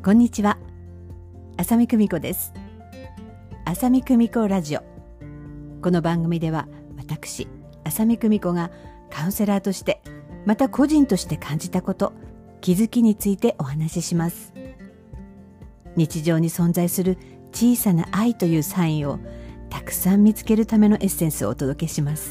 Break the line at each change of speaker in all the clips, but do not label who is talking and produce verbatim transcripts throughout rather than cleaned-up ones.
こんにちは、浅見久美子です。浅見久美子ラジオ。この番組では私浅見久美子がカウンセラーとしてまた個人として感じたこと、気づきについてお話しします。日常に存在する小さな愛というサインをたくさん見つけるためのエッセンスをお届けします。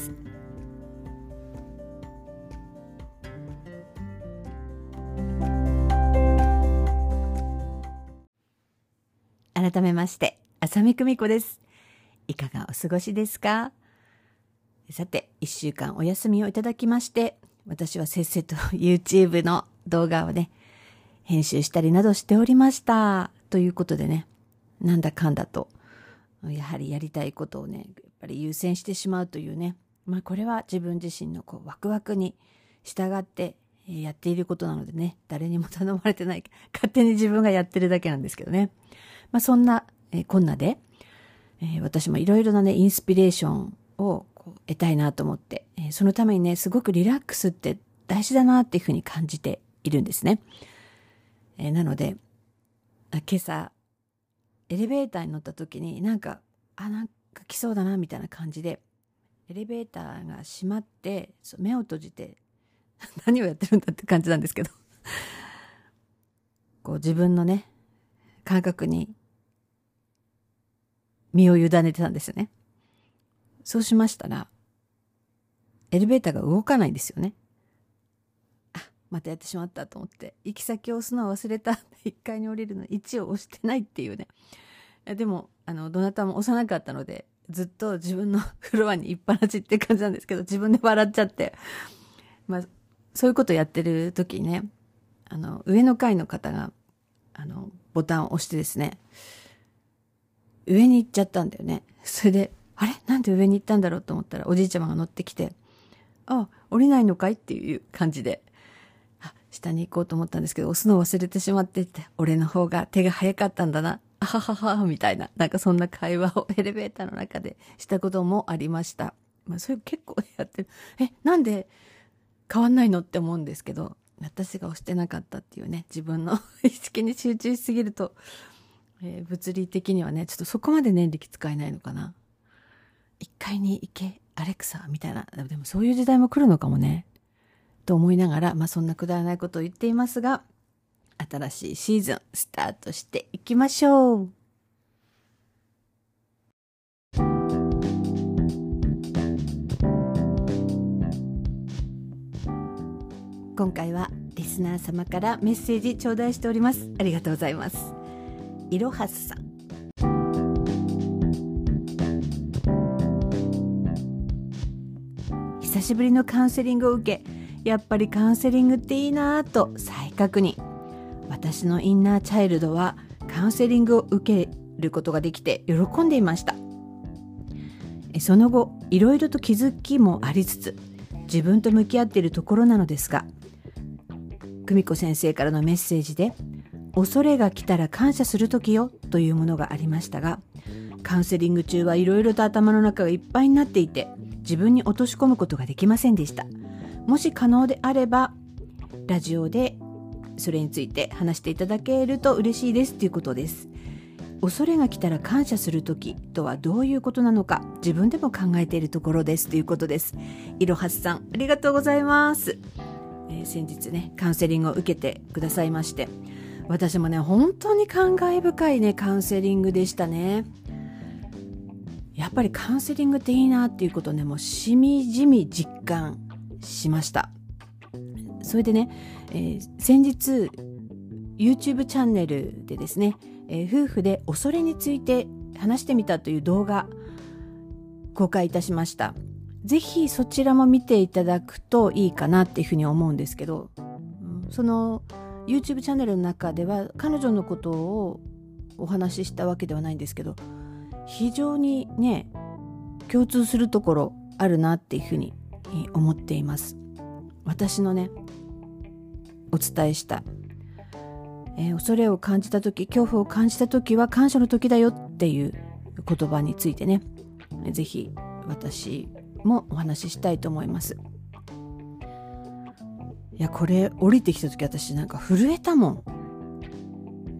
改めまして浅見久美子です。いかがお過ごしですか？さて、いっしゅうかんお休みをいただきまして、私はせっせと YouTube の動画をね編集したりなどしておりましたということでね、なんだかんだとやはりやりたいことをねやっぱり優先してしまうというね、まあこれは自分自身のこうワクワクに従ってやっていることなのでね、誰にも頼まれてない、勝手に自分がやってるだけなんですけどね。まあそんな、えー、こんなで、えー、私もいろいろなねインスピレーションをこう得たいなと思って、えー、そのためにねすごくリラックスって大事だなっていうふうに感じているんですね。えー、なので今朝エレベーターに乗った時になんかあなんか来そうだなみたいな感じでエレベーターが閉まって目を閉じて何をやってるんだって感じなんですけどこう自分のね感覚に身を委ねてたんですよね。そうしましたらエレベーターが動かないんですよね。あ、またやってしまったと思って行き先を押すのを忘れた、いっかいに降りるのいちを押してないっていうね。でもあのどなたも押さなかったのでずっと自分のフロアにいっぱなしって感じなんですけど、自分で笑っちゃって、まあそういうことをやってる時にね、あの上の階の方があのボタンを押してですね、上に行っちゃったんだよね。それであれなんで上に行ったんだろうと思ったらおじいちゃまが乗ってきて、あ、降りないのかいっていう感じで、あ、下に行こうと思ったんですけど押すのを忘れてしまっていて、俺の方が手が早かったんだな、あはははみたいな、なんかそんな会話をエレベーターの中でしたこともありました。まあそれ結構やってる、え、なんで変わんないのって思うんですけど、私が押してなかったっていうね、自分の意識に集中しすぎると、えー、物理的にはねちょっとそこまで念力使えないのかな。いっかいに行けアレクサみたいな、でもそういう時代も来るのかもねと思いながら、まあそんなくだらないことを言っていますが、新しいシーズンスタートしていきましょう。今回はリスナー様からメッセージ頂戴しております。ありがとうございます。いろはすさん、久しぶりのカウンセリングを受け、やっぱりカウンセリングっていいなぁと再確認。私のインナーチャイルドはカウンセリングを受けることができて喜んでいました。その後いろいろと気づきもありつつ自分と向き合っているところなのですが、久美子先生からのメッセージで恐れが来たら感謝する時よというものがありましたが、カウンセリング中はいろいろと頭の中がいっぱいになっていて自分に落とし込むことができませんでした。もし可能であればラジオでそれについて話していただけると嬉しいですということです。恐れが来たら感謝する時とはどういうことなのか自分でも考えているところですということです。いろはすさん、ありがとうございます。えー、先日ねカウンセリングを受けてくださいまして、私もね本当に感慨深いねカウンセリングでしたね。やっぱりカウンセリングっていいなっていうことをねもうしみじみ実感しました。それでね、えー、先日 YouTube チャンネルでですね、えー、夫婦で恐れについて話してみたという動画公開いたしました。ぜひそちらも見ていただくといいかなっていうふうに思うんですけど、その YouTube チャンネルの中では彼女のことをお話ししたわけではないんですけど、非常にね共通するところあるなっていうふうに思っています。私のねお伝えした、えー、恐れを感じた時、恐怖を感じた時は感謝の時だよっていう言葉についてね、ぜひ私もお話ししたいと思います。いやこれ降りてきた時私なんか震えたもん。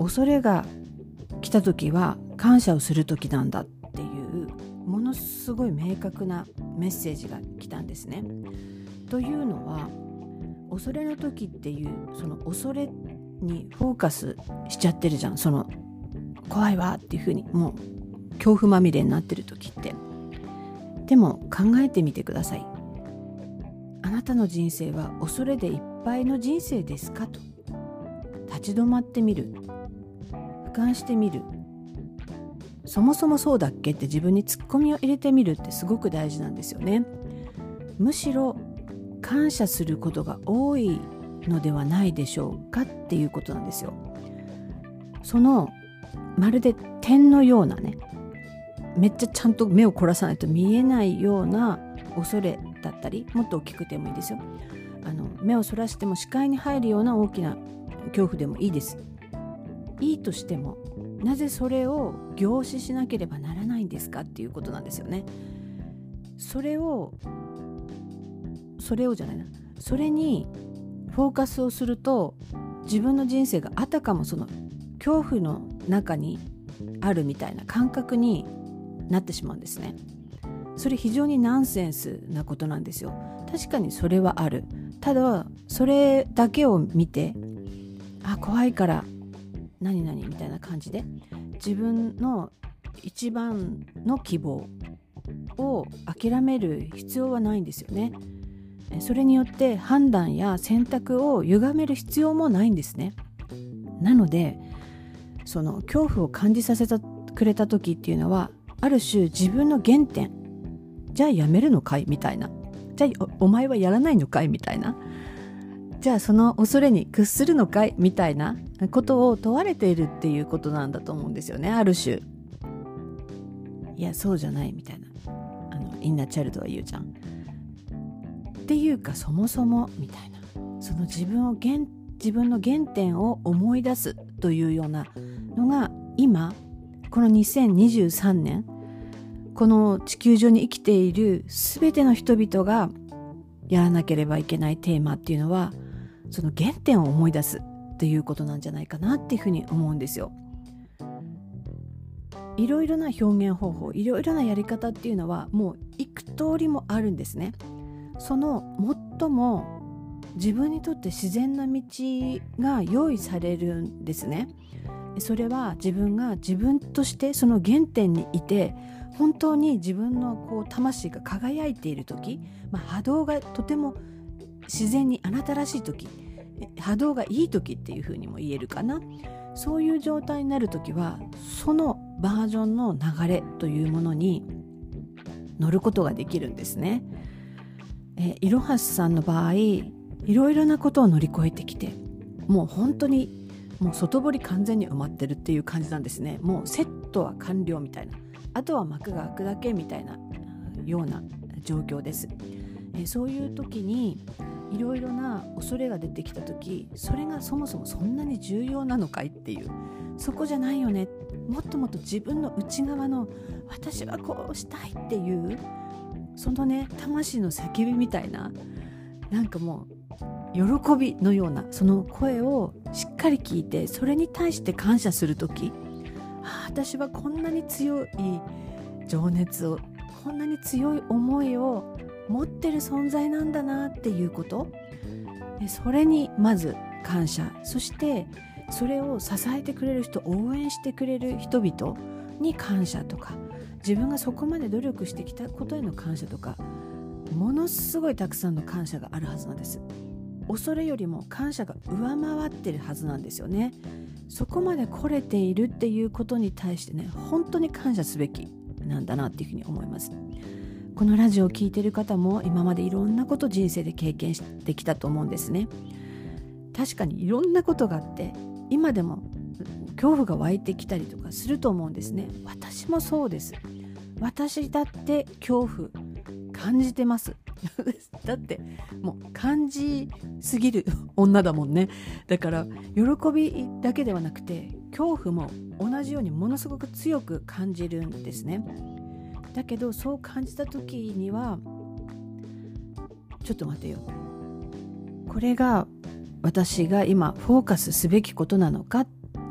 恐れが来た時は感謝をする時なんだっていうものすごい明確なメッセージが来たんですね。というのは、恐れの時っていうその恐れにフォーカスしちゃってるじゃん。その怖いわっていう風にもう恐怖まみれになってる時って。でも考えてみてください。あなたの人生は恐れでいっぱいの人生ですかと立ち止まってみる、俯瞰してみる。そもそもそうだっけって自分にツッコミを入れてみるってすごく大事なんですよね。むしろ感謝することが多いのではないでしょうかっていうことなんですよ。そのまるで点のようなね、めっちゃちゃんと目を凝らさないと見えないような恐れだったり、もっと大きくてもいいですよ。あの目をそらしても視界に入るような大きな恐怖でもいいです。いいとしても、なぜそれを凝視しなければならないんですかっていうことなんですよね。それをそれをじゃないなそれにフォーカスをすると、自分の人生があたかもその恐怖の中にあるみたいな感覚になってしまうんですね。それ非常にナンセンスなことなんですよ。確かにそれはある。ただそれだけを見て、あ、怖いから何々みたいな感じで自分の一番の希望を諦める必要はないんですよね。それによって判断や選択を歪める必要もないんですね。なのでその恐怖を感じさせてくれた時っていうのは、ある種自分の原点、じゃあやめるのかいみたいな、じゃあ お, お前はやらないのかいみたいな、じゃあその恐れに屈するのかいみたいなことを問われているっていうことなんだと思うんですよね。ある種、いやそうじゃないみたいな、あのインナーチャイルドは言うじゃんっていうか、そもそもみたいな、その自分を原自分の原点を思い出すというようなのが、今このにせんにじゅうさんねん、この地球上に生きているすべての人々がやらなければいけないテーマっていうのは、その原点を思い出すっていうことなんじゃないかなっていうふうに思うんですよ。いろいろな表現方法、いろいろなやり方っていうのはもう幾通りもあるんですね。その最も自分にとって自然な道が用意されるんですね。それは自分が自分としてその原点にいて、本当に自分のこう魂が輝いている時、まあ、波動がとても自然にあなたらしい時、波動がいい時っていうふうにも言えるかな。そういう状態になる時は、そのバージョンの流れというものに乗ることができるんですね。えいろはさんの場合、いろいろなことを乗り越えてきて、もう本当にもう外堀完全に埋まってるっていう感じなんですね。もうセットは完了みたいな、あとは幕が開くだけみたいなような状況です。えそういう時にいろいろな恐れが出てきた時、それがそもそもそんなに重要なのかいっていう、そこじゃないよね、もっともっと自分の内側の私はこうしたいっていうそのね、魂の叫びみたいな、なんかもう喜びのようなその声をしっかり聞いて、それに対して感謝するとき、ああ私はこんなに強い情熱を、こんなに強い思いを持ってる存在なんだなっていうこと、それにまず感謝、そしてそれを支えてくれる人、応援してくれる人々に感謝とか、自分がそこまで努力してきたことへの感謝とか、ものすごいたくさんの感謝があるはずなんです。恐れよりも感謝が上回ってるはずなんですよね。そこまで来れているっていうことに対してね、本当に感謝すべきなんだなっていうふうに思います。このラジオを聞いている方も今までいろんなこと人生で経験してきたと思うんですね。確かにいろんなことがあって、今でも恐怖が湧いてきたりとかすると思うんですね。私もそうです。私だって恐怖感じてますだってもう感じすぎる女だもんね。だから喜びだけではなくて、恐怖も同じようにものすごく強く感じるんですね。だけどそう感じた時には、ちょっと待てよ、これが私が今フォーカスすべきことなのかっ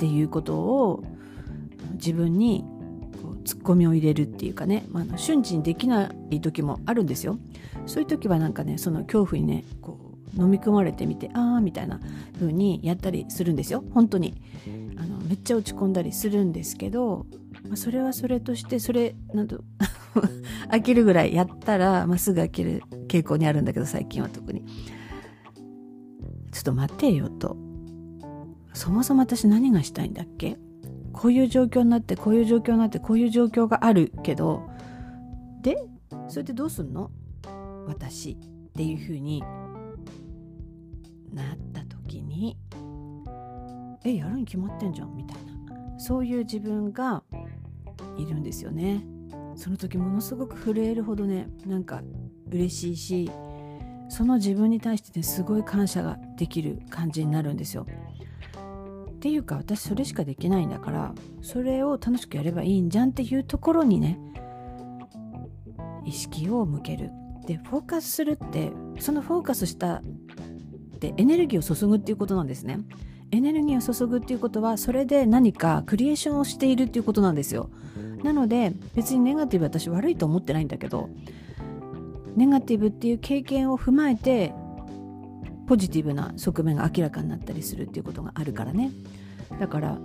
っていうことを自分にこうツッコミを入れるっていうかね、まあ、瞬時にできない時もあるんですよ。そういう時はなんかね、その恐怖にねこう飲み込まれてみて、あーみたいな風にやったりするんですよ。本当にあのめっちゃ落ち込んだりするんですけど、まあ、それはそれとして、それなんと飽きるぐらいやったら、まあ、すぐ飽きる傾向にあるんだけど、最近は特にちょっと待てよと、そもそも私何がしたいんだっけ、こういう状況になってこういう状況になってこういう状況があるけど、でそれでどうすんの私っていう風になった時に、えやるに決まってんじゃんみたいな、そういう自分がいるんですよね。その時ものすごく震えるほどね、なんか嬉しいし、その自分に対してねすごい感謝ができる感じになるんですよ。っていうか、私それしかできないんだから、それを楽しくやればいいんじゃんっていうところにね意識を向ける。でフォーカスするって、そのフォーカスしたってエネルギーを注ぐっていうことなんですね。エネルギーを注ぐっていうことは、それで何かクリエーションをしているっていうことなんですよ。なので別にネガティブ、私悪いと思ってないんだけど、ネガティブっていう経験を踏まえてポジティブな側面が明らかになったりするっていうことがあるからね。だから、うん、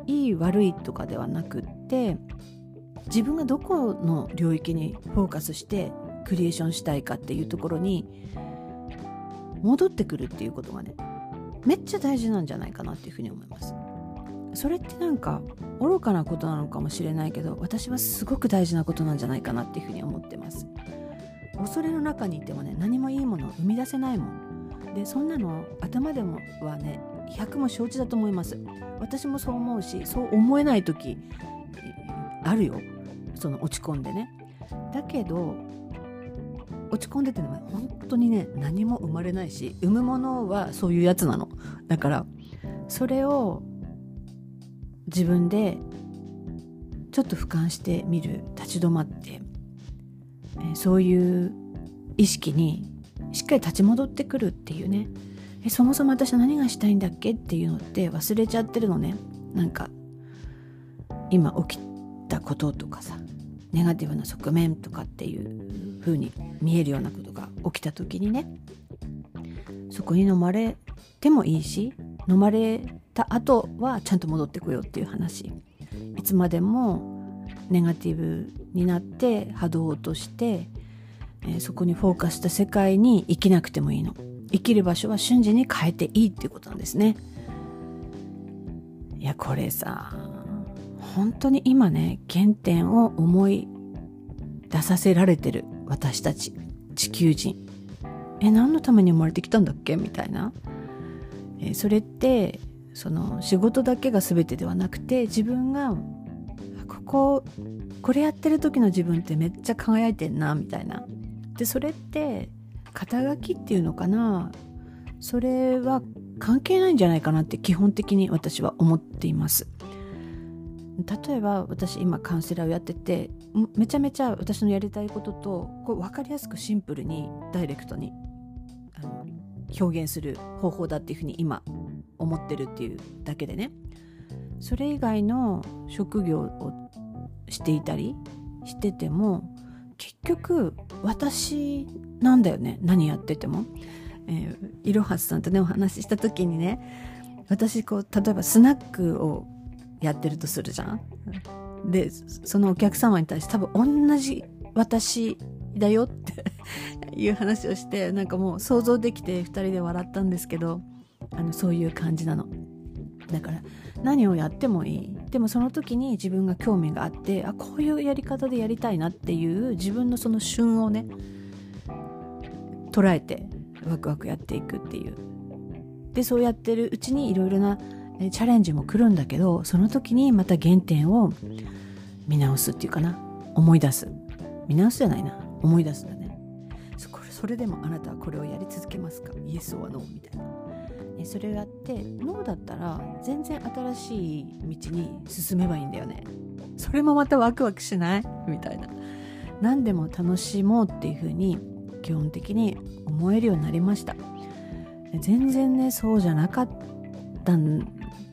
いい悪いとかではなくって、自分がどこの領域にフォーカスしてクリエーションしたいかっていうところに戻ってくるっていうことがね、めっちゃ大事なんじゃないかなっていうふうに思います。それってなんか愚かなことなのかもしれないけど、私はすごく大事なことなんじゃないかなっていうふうに思ってます。恐れの中にいてもね、何もいいものを生み出せないもんで、そんなの頭でもはねひゃくも承知だと思います。私もそう思うし、そう思えない時あるよ、その落ち込んでね。だけど落ち込んでても本当にね何も生まれないし、生むものはそういうやつなの。だからそれを自分でちょっと俯瞰してみる、立ち止まって、えそういう意識にしっかり立ち戻ってくるっていうね。えそもそも私は何がしたいんだっけっていうのって忘れちゃってるのね。なんか今起きたこととかさ、ネガティブな側面とかっていう風に見えるようなことが起きた時にね、そこに飲まれてもいいし、飲まれた後はちゃんと戻ってこようっていう話。いつまでもネガティブになって波動を落として、えー、そこにフォーカスした世界に生きなくてもいいの。生きる場所は瞬時に変えていいっていうことなんですね。いやこれさ、本当に今ね原点を思い出させられてる私たち地球人、え何のために生まれてきたんだっけみたいな、えー、それってその仕事だけが全てではなくて、自分がこここれやってる時の自分ってめっちゃ輝いてんなみたいな。でそれって肩書きっていうのかな、それは関係ないんじゃないかなって基本的に私は思っています。例えば私今カウンセラーをやってて、めちゃめちゃ私のやりたいこととこう分かりやすくシンプルにダイレクトにあの表現する方法だっていうふうに今思ってるっていうだけでね、それ以外の職業をしていたりしてても結局私なんだよね、何やってても。えー、いろはすさんとねお話しした時にね、私こう例えばスナックをやってるとするじゃん。でそのお客様に対して多分同じ私だよっていう話をして、なんかもう想像できてふたりで笑ったんですけど、あのそういう感じなの。だから何をやってもいい。でもその時に自分が興味があって、あこういうやり方でやりたいなっていう自分のその旬をね捉えてワクワクやっていくっていう。でそうやってるうちにいろいろなチャレンジも来るんだけど、その時にまた原点を見直すっていうかな、思い出す、見直すじゃないな、思い出すんだね。そ, これそれでもあなたはこれをやり続けますか、イエスはノーみたいな、ね、それをやってノーだったら全然新しい道に進めばいいんだよね。それもまたワクワクしないみたいな。何でも楽しもうっていう風に基本的に思えるようになりました。全然ねそうじゃなかったん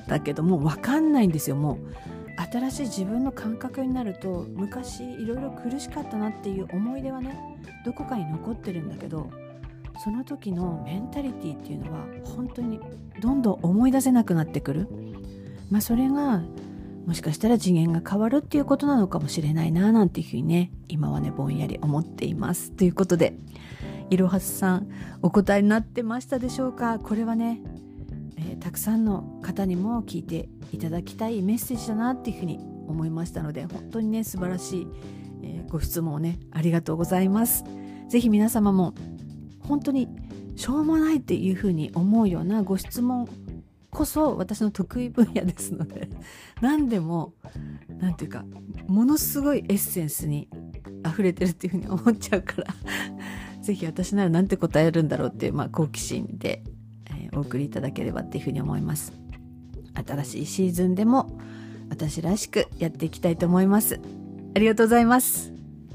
だけども分かんないんですよ。もう新しい自分の感覚になると、昔いろいろ苦しかったなっていう思い出はねどこかに残ってるんだけど、その時のメンタリティっていうのは本当にどんどん思い出せなくなってくる。まあそれがもしかしたら次元が変わるっていうことなのかもしれないな、なんていうふうにね今はねぼんやり思っています。ということで、いろはさんお答えになってましたでしょうか。これはね、えーたくさんの方にも聞いていただきたいメッセージだなっていうふうに思いましたので、本当にね素晴らしい、えーご質問をねありがとうございます。ぜひ皆様も本当にしょうもないっていうふうに思うようなご質問こそ私の得意分野ですので、何でもなんていうかものすごいエッセンスに溢れてるっていうふうに思っちゃうからぜひ私ならなんて答えるんだろうっていう、まあ、好奇心で、えーお送りいただければっていうふうに思います。新しいシーズンでも私らしくやっていきたいと思います。ありがとうございます。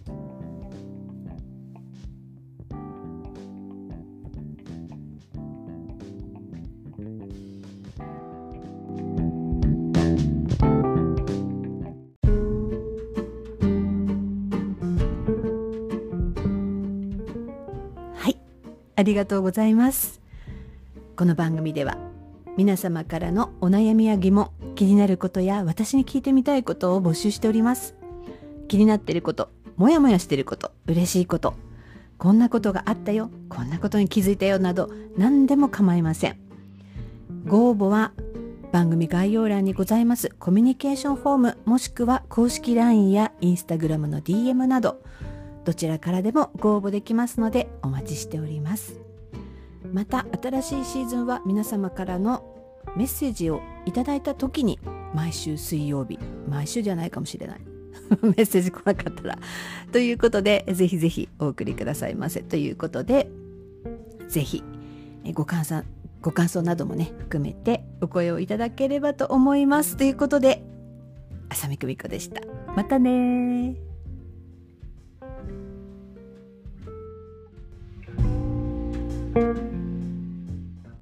はい、ありがとうございます。この番組では皆様からのお悩みや疑問、気になることや私に聞いてみたいことを募集しております。気になっていること、もやもやしていること、嬉しいこと、こんなことがあったよ、こんなことに気づいたよなど何でも構いません。ご応募は番組概要欄にございますコミュニケーションフォーム、もしくは公式 ライン や インスタグラム の ディーエム などどちらからでもご応募できますのでお待ちしております。また新しいシーズンは皆様からのメッセージをいただいた時に毎週水曜日、毎週じゃないかもしれないメッセージ来なかったらということで、ぜひぜひお送りくださいませということで、ぜひご感想ご感想などもね含めてお声をいただければと思いますということで、浅見久美子でした。またね。thank you